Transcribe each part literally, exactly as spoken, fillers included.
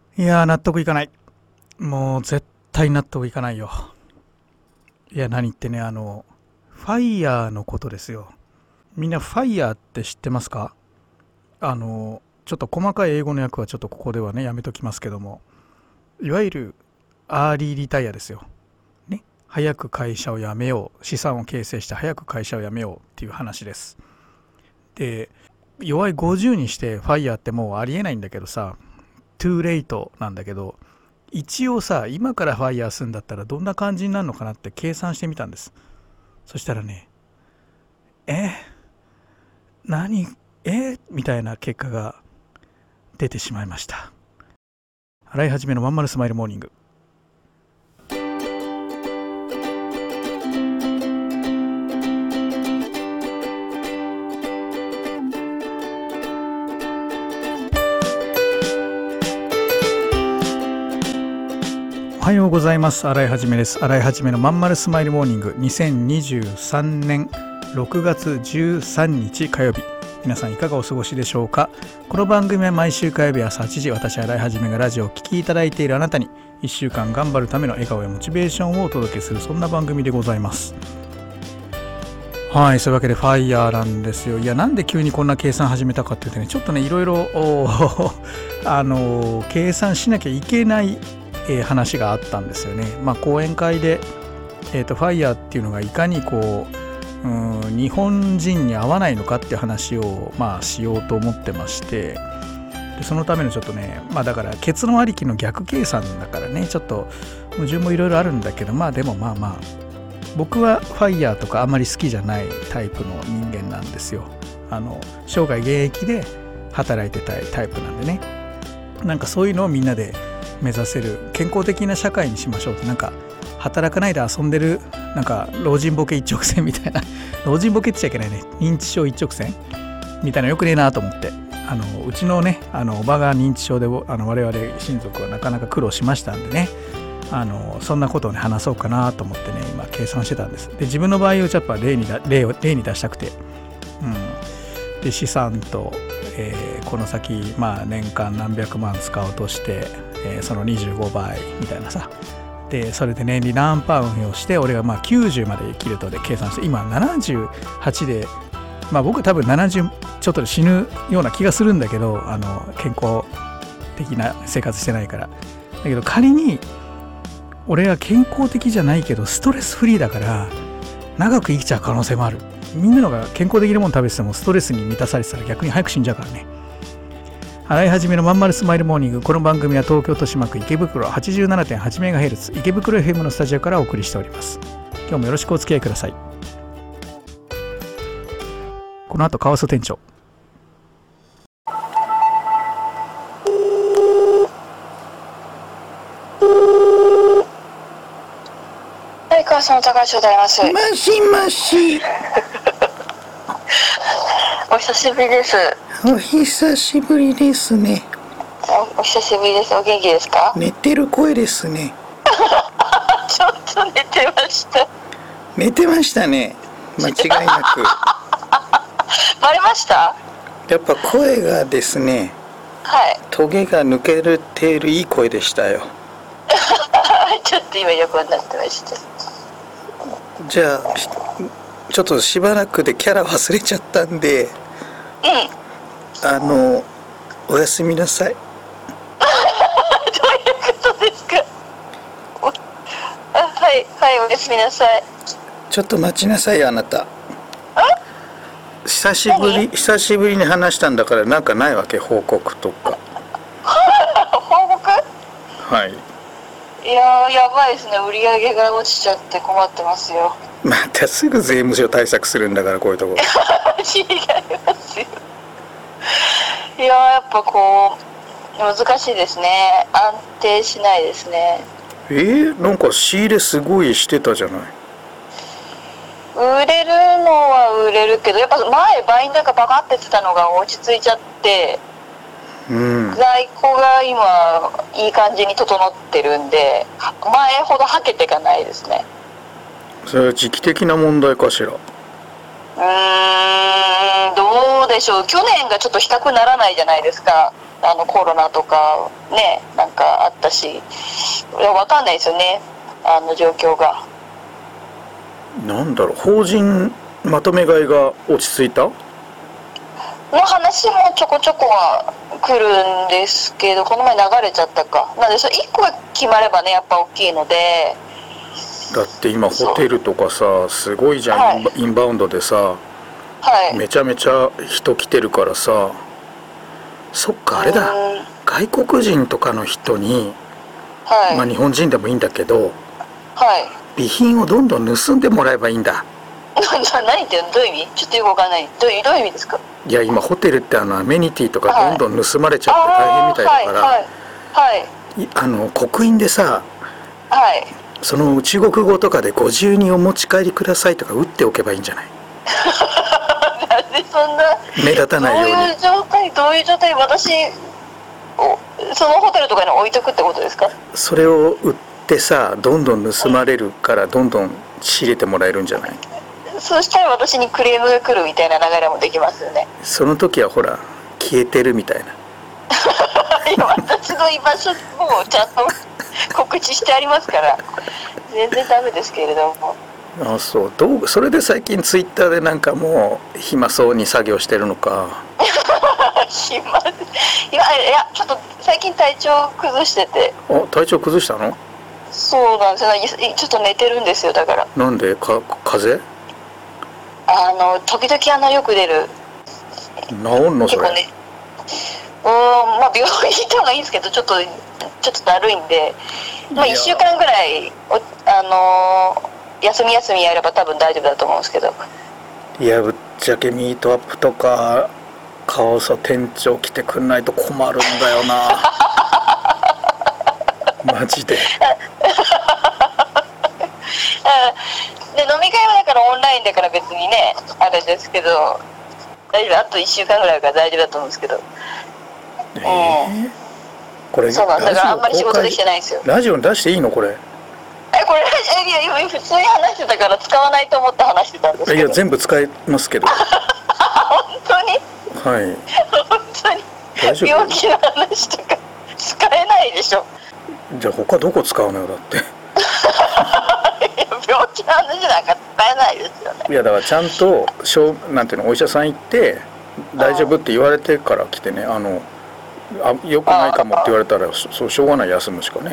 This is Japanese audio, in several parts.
いやー、納得いかない。もう絶対納得いかないよ。いや、何ってね、あの、ファイヤーのことですよ。みんなファイヤーって知ってますか？あの、ちょっと細かい英語の訳はちょっとここではね、やめときますけども、いわゆるアーリーリタイアですよ。ね。早く会社を辞めよう。資産を形成して早く会社を辞めようっていう話です。で、弱いごじゅうにしてファイヤーってもうありえないんだけどさ、トゥーレイトなんだけど、一応さ、今からファイヤーするんだったらどんな感じになるのかなって計算してみたんです。そしたらね、え何えみたいな結果が出てしまいました。洗い始めのまんまるスマイルモーニング。おはようございます。洗い始めです。洗い始めのまんまるスマイルモーニング。にせんにじゅうさんねんろくがつじゅうさんにち火曜日。皆さんいかがお過ごしでしょうか。この番組は毎週火曜日朝はちじ、私洗い始めがラジオを聴きいただいているあなたにいっしゅうかん頑張るための笑顔やモチベーションをお届けする、そんな番組でございます。はい、そういうわけでファイヤーなんですよ。いや、なんで急にこんな計算始めたかっていうとね、ちょっとね、いろいろあの計算しなきゃいけないえー、話があったんですよね。まあ、講演会で、えーと、ファイヤーっていうのがいかにこう、うーん日本人に合わないのかっていう話を、まあ、しようと思ってまして、でそのためのちょっとね、まあだから結論ありきの逆計算だからね、ちょっと矛盾もいろいろあるんだけど、まあでもまあまあ僕はファイヤーとかあんまり好きじゃないタイプの人間なんですよ。あの生涯現役で働いてたいタイプなんでね、なんかそういうのをみんなで目指せる健康的な社会にしましょうって、なんか働かないで遊んでるなんか老人ボケ一直線みたいな老人ボケって言っちゃいけないね、認知症一直線みたいなよくねえなと思って、あのうちのねあのおばが認知症で、あの我々親族はなかなか苦労しましたんでね、あのそんなことをね話そうかなと思ってね今計算してたんです。で自分の場合をやっぱ例にだ例を例に出したくて、うん、で資産と、えー、この先まあ年間何百万使おうとしてえー、そのにじゅうごばいみたいなさ、でそれで年利何パー運用して俺がまあきゅうじゅうまで生きるとで計算して、今ななじゅうはちで、まあ僕多分ななじゅうちょっとで死ぬような気がするんだけど、あの健康的な生活してないから。だけど仮に俺が健康的じゃないけどストレスフリーだから長く生きちゃう可能性もある。みんなのが健康的なもの食べててもストレスに満たされてたら逆に早く死んじゃうからね。洗い始めのまんまるスマイルモーニング。この番組は東京豊島区池袋 はちじゅうななてんはちメガヘルツ 池袋 エフエム のスタジオからお送りしております。今日もよろしくお付き合いください。この後カワウソ店長。 はい、カワウソの高橋でございます。 もしもしお久しぶりです。 お久しぶりですね。 お, お久しぶりです。お元気ですか？ 寝てる声ですね。 ちょっと寝てました。 寝てましたね、間違いなく。 バレました？ やっぱ声がですね、 はい、 トゲが抜けているいい声でしたよ。 ちょっと今横になってました。 じゃあちょっとしばらくでキャラ忘れちゃったんで、 うん、 あのおやすみなさい。 どういうことですか？あ、はいはいおやすみなさい。 ちょっと待ちなさいよあなた。久しぶり久しぶりに話したんだから、なんかないわけ？報告とか。 報告？ はい。 いやーやばいですね。売り上げが落ちちゃって困ってますよ。 またすぐ税務署対策するんだから、こういうとこ。 違いますよ。いややっぱこう難しいですね。安定しないですね。 えー、なんか仕入れすごいしてたじゃない。 売れるのは売れるけど、やっぱ前バインダーがバカって言ってたのが落ち着いちゃって、うん、在庫が今いい感じに整ってるんで、前ほどはけてがないですね。 それは時期的な問題かしら。うーん、どうでしょう。去年がちょっと比較ならないじゃないですか。 あのコロナとかねなんかあったし、いや分かんないですよね、あの状況が。 なんだろう、法人まとめ買いが落ち着いたの話もちょこちょこは来るんですけど、この前流れちゃったか。なんでそれいっこが決まればねやっぱ大きいので。 だって今ホテルとかさすごいじゃん、はい、インバウンドでさ、はい、めちゃめちゃ人来てるからさ、そっかあれだ、外国人とかの人に、はい、まあ日本人でもいいんだけど、はい、備品をどんどん盗んでもらえばいいんだ。 何ってどういう意味？ちょっとよくわかんない。どういうどういう意味ですか？ いや今ホテルってあのアメニティとかどんどん盗まれちゃって大変みたいだから、はいはいはい、あの刻印でさ、はい、その中国語とかでご自由にお持ち帰りくださいとか打っておけばいいんじゃない？ なんでそんな目立たないように。 どういう状態どういう状態私そのホテルとかに置いとくってことですか？ それを売ってさどんどん盗まれるからどんどん仕入れてもらえるんじゃない？ そしたら私にクレームが来るみたいな流れもできますよね。 その時はほら消えてるみたいな。 いや私の居場所もちゃんと告知してありますから全然ダメですけれども。 あ、そうどうそれで最近ツイッターでなんかもう暇そうに作業してるのか。 暇いやいやちょっと最近体調崩してて。 あ、体調崩したの？ そうなんですよ、ちょっと寝てるんですよ。だからなんでか風邪？ あの時々あのよく出る。 治んのそれ？ ね、うん、まあ病院行った方がいいんですけどちょっとちょっとだるいんで、まあいっしゅうかんぐらいあのー、休み休みやれば多分大丈夫だと思うんですけど。 いやぶっちゃけミートアップとかカオス店長来てくんないと困るんだよな。マジで。 で飲み会はだからオンラインだから別にねあれですけど大丈夫、あといっしゅうかんぐらいから大丈夫だと思うんですけど、えー、うん、 これそうなんだからあんまり仕事できてないんですよ。 ラジオに出していいのこれ？ えこれいや今普通に話してたから使わないと思って話してたんですけど。 いや全部使えますけど。 本当に？ はい。 本当に大丈夫？病気の話とか使えないでしょ。 じゃあ他どこ使うのよだって。 病気の話なんか使えないですよね。 いやだからちゃんとしょうなんていうのお医者さん行って大丈夫って言われてから来てね、あのあよくないかもって言われたらそうしょうがない休むしかね。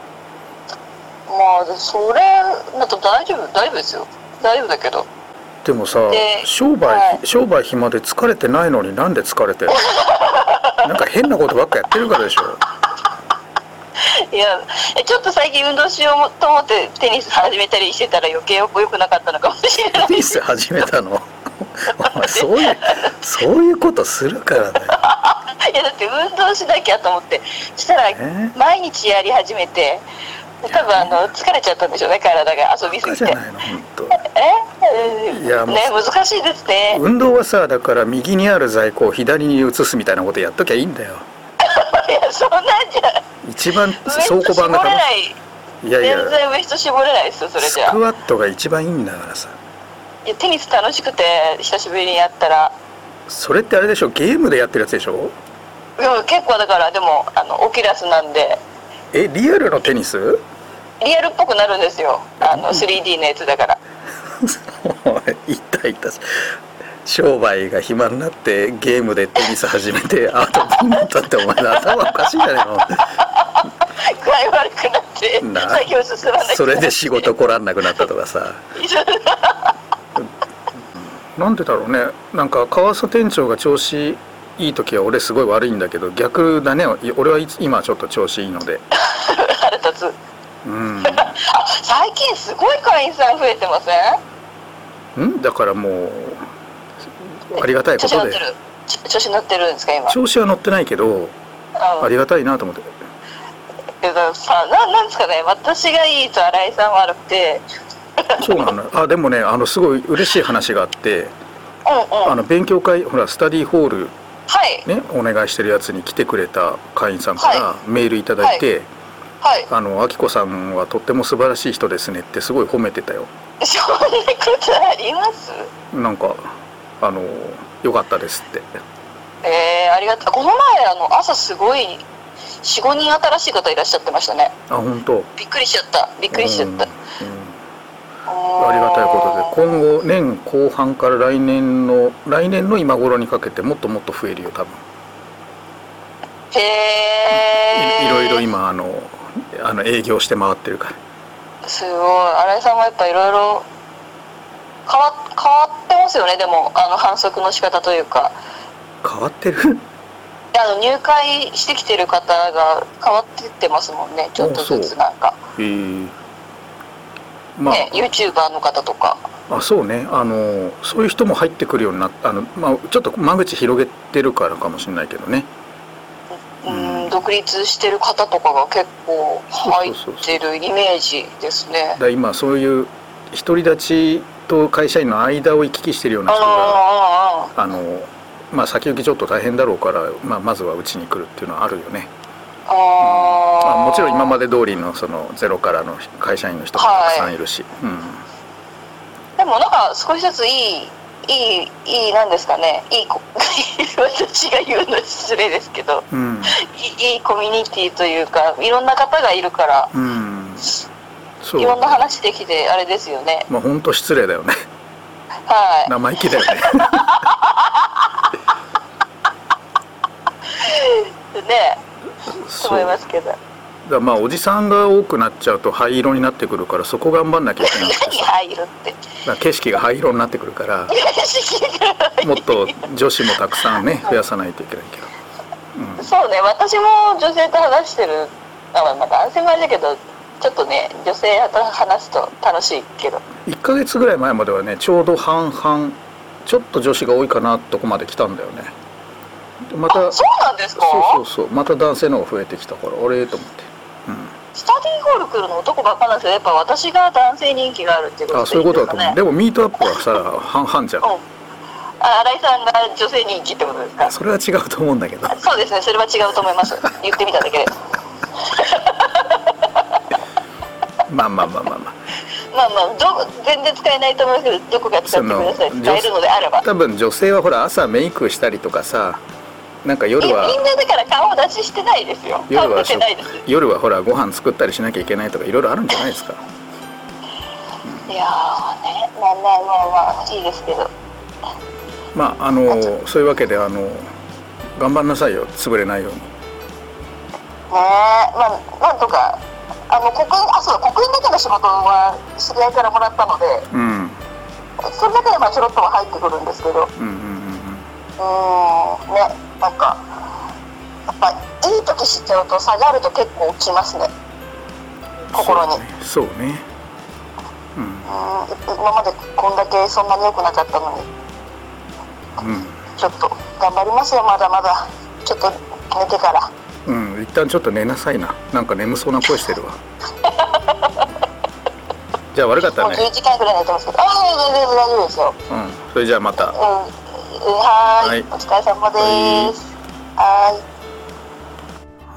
まあそれだと大丈夫大丈夫ですよ。大丈夫だけど。 でもさ商売、はい、商売暇で疲れてないのになんで疲れてるの？なんか変なことばっかやってるからでしょ。 いやちょっと最近運動しようと思ってテニス始めたりしてたら余計よく良くなかったのかもしれない。 テニス始めたの？お前そういうそういうことするからだよ。 いやだって運動しなきゃと思ってしたら毎日やり始めて多分あの疲れちゃったんでしょうね体が遊びすぎて。 じゃないの本当。 えいやね難しいですね。 運動はさだから右にある在庫を左に移すみたいなことやっときゃいいんだよ。 いやそんなんじゃ一番倉庫版が楽しい。いやいや全然ウエスト絞れないですよそれじゃ。 スクワットが一番いいんだからさ。 いやテニス楽しくて久しぶりにやったら。 それってあれでしょゲームでやってるやつでしょ？ いや結構だからでもあのオキュラスなんで。 えリアルのテニス？ リアルっぽくなるんですよあの スリーディー のやつだから。 いたいた商売が暇になってゲームでテニス始めてアウトピンになったってお前頭おかしいじゃないの。 具合悪くなって作業進まない。 それで仕事来らんなくなったとかさ。なんでだろうね。なんか川曽店長が調子いい時は俺すごい悪いんだけど逆だね。俺は今ちょっと調子いいので腹立つ。うん、あ最近すごい会員さん増えてません？ んだからもうありがたいことで。 調子乗ってるんですか今？ 調子は乗ってないけど、うん、ありがたいなと思って。 けどさななんですかね私がいいと新井さん悪くて。 そうなの。あでもねあのすごい嬉しい話があって、うんうん、あの勉強会ほらスタディホール、はいね、お願いしてるやつに来てくれた会員さんからメールいただいて。はいはい、あのあきこさんはとっても素晴らしい人ですねってすごい褒めてたよ。 そんなことあります？ なんかあの良かったですって。 えー、ありがたい。この前あの朝すごい よん,ご 人新しい方いらっしゃってましたね。 あ、本当。 びっくりしちゃったびっくりしちゃった、うんうん、ありがたいことで、今後年後半から来年の来年の今頃にかけてもっともっと増えるよ多分。 へえ。 いろいろ今あのあの営業して回ってるから。 すごい。新井さんもやっぱいろいろ変わ変わってますよね。でもあの反則の仕方というか。 変わってる。 あの入会してきてる方が変わってってますもんね。ちょっとずつなんか。 へえ。まあ、 ね、YouTuber の方とか。 あ、そうね。あのそういう人も入ってくるようになった。あの、まあ、ちょっと間口広げてるからかもしれないけどね。 うん、うん、独立してる方とかが結構入ってるイメージですね。 だ今そういう独り立ちと会社員の間を行き来してるような人があの、まあ、先行きちょっと大変だろうから、まあ、まずはうちに来るっていうのはあるよね。 あ、うん、 まあ、もちろん今まで通りのそのゼロからの会社員の人もたくさんいるし、はい、うん、でもなんか少しずついいいいいいなんですかね、いい私が言うの失礼ですけど、うん、い, いいコミュニティというかいろんな方がいるから、うん、そういろんな話できてあれですよね。 まあ本当失礼だよね。 はい。 生意気だよね。 ね、と思いますけど。 だまあおじさんが多くなっちゃうと灰色になってくるから、そこ頑張んなきゃいけなくてさ。 何灰色って。 だ景色が灰色になってくるからもっと女子もたくさんね増やさないといけないけど、 うん、そうね。私も女性と話してる、あ、まあ、男性もあれだけどちょっとね女性と話すと楽しいけど、 いっかげつぐらい前まではねちょうど半々ちょっと女子が多いかなとこまで来たんだよね。またそうなんですか。 そうそうそう、また男性の方が増えてきたからあれと思って、うん、 スタディーホール来るの男ばっかなんですけど、やっぱ私が男性人気があるっていうことですかね。あ、そういうことだと思う。 でもミートアップはさ半々じゃん、うん、 あ、新井さんが女性人気ってことですか。 それは違うと思うんだけど。 そうですね、それは違うと思います。言ってみただけでまあまあまあまあまあまあまあど全然使えないと思いますけど、どこか使ってください。使えるのであれば。 多分女性はほら朝メイクしたりとかさ、なんか夜はみんなだから顔出ししてないですよ。 夜は出てないです。 夜はほらご飯作ったりしなきゃいけないとかいろいろあるんじゃないですか。 いやーね、まあまあまあまあいいですけど、 まああのそういうわけであの頑張んなさいよ、潰れないようにね。 え、まあなんとかあの刻印、あ、そうだ、刻印だけの仕事は知り合いからもらったので、うん、それだけでまあちょろっとは入ってくるんですけど、うんうんうんうん、うーんね、なんかやっぱいい時知っちゃうと下がると結構きますね、心に。 そうね、そうね、うん、うん、 今までこんだけそんなに良くなかったのに、うん、ちょっと頑張りますよ、まだまだ。ちょっと寝てから。 うん、一旦ちょっと寝なさいな。なんか眠そうな声してるわ。じゃあ悪かったね。もうじゅうじかんぐらい寝てますけど。ああ、全然大丈夫ですよ。 うん、それじゃあまた。うん、 はい、はい、お疲れ様です。はい。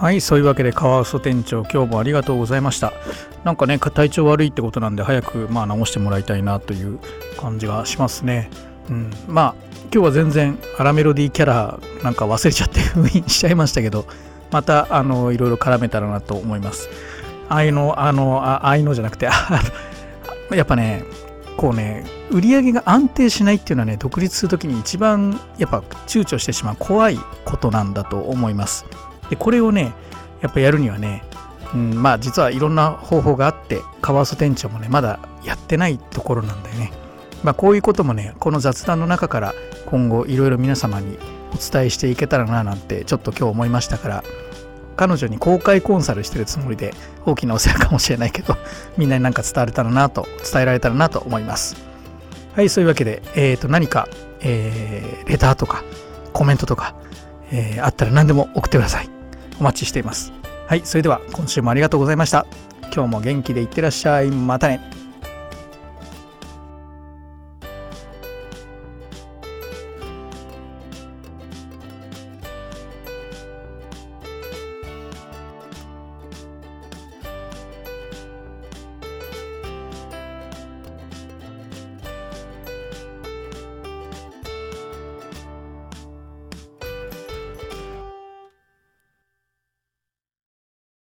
はい、そういうわけでカワウソ店長、今日もありがとうございました。なんかね、体調悪いってことなんで早くまあ直してもらいたいなという感じがしますね。うん、まあ今日は全然アラメロディーキャラなんか忘れちゃって封印しちゃいましたけど、またあのいろいろ絡めたらなと思います。ああいうのあのああいうのじゃなくてやっぱねこうね売り上げが安定しないっていうのはね、独立するときに一番やっぱ躊躇してしまう怖いことなんだと思います。でこれをねやっぱやるにはね、うん、まあ実はいろんな方法があって、カワウソ店長もねまだやってないところなんだよね。まあこういうこともねこの雑談の中から今後いろいろ皆様にお伝えしていけたらななんてちょっと今日思いましたから、彼女に公開コンサルしてるつもりで大きなお世話かもしれないけど、みんなになんか伝われたらなと伝えられたらなと思います。はい、そういうわけで、えーと何か、えー、レターとかコメントとか、えー、あったら何でも送ってください。お待ちしています。はい、それでは今週もありがとうございました。今日も元気でいってらっしゃい。またね。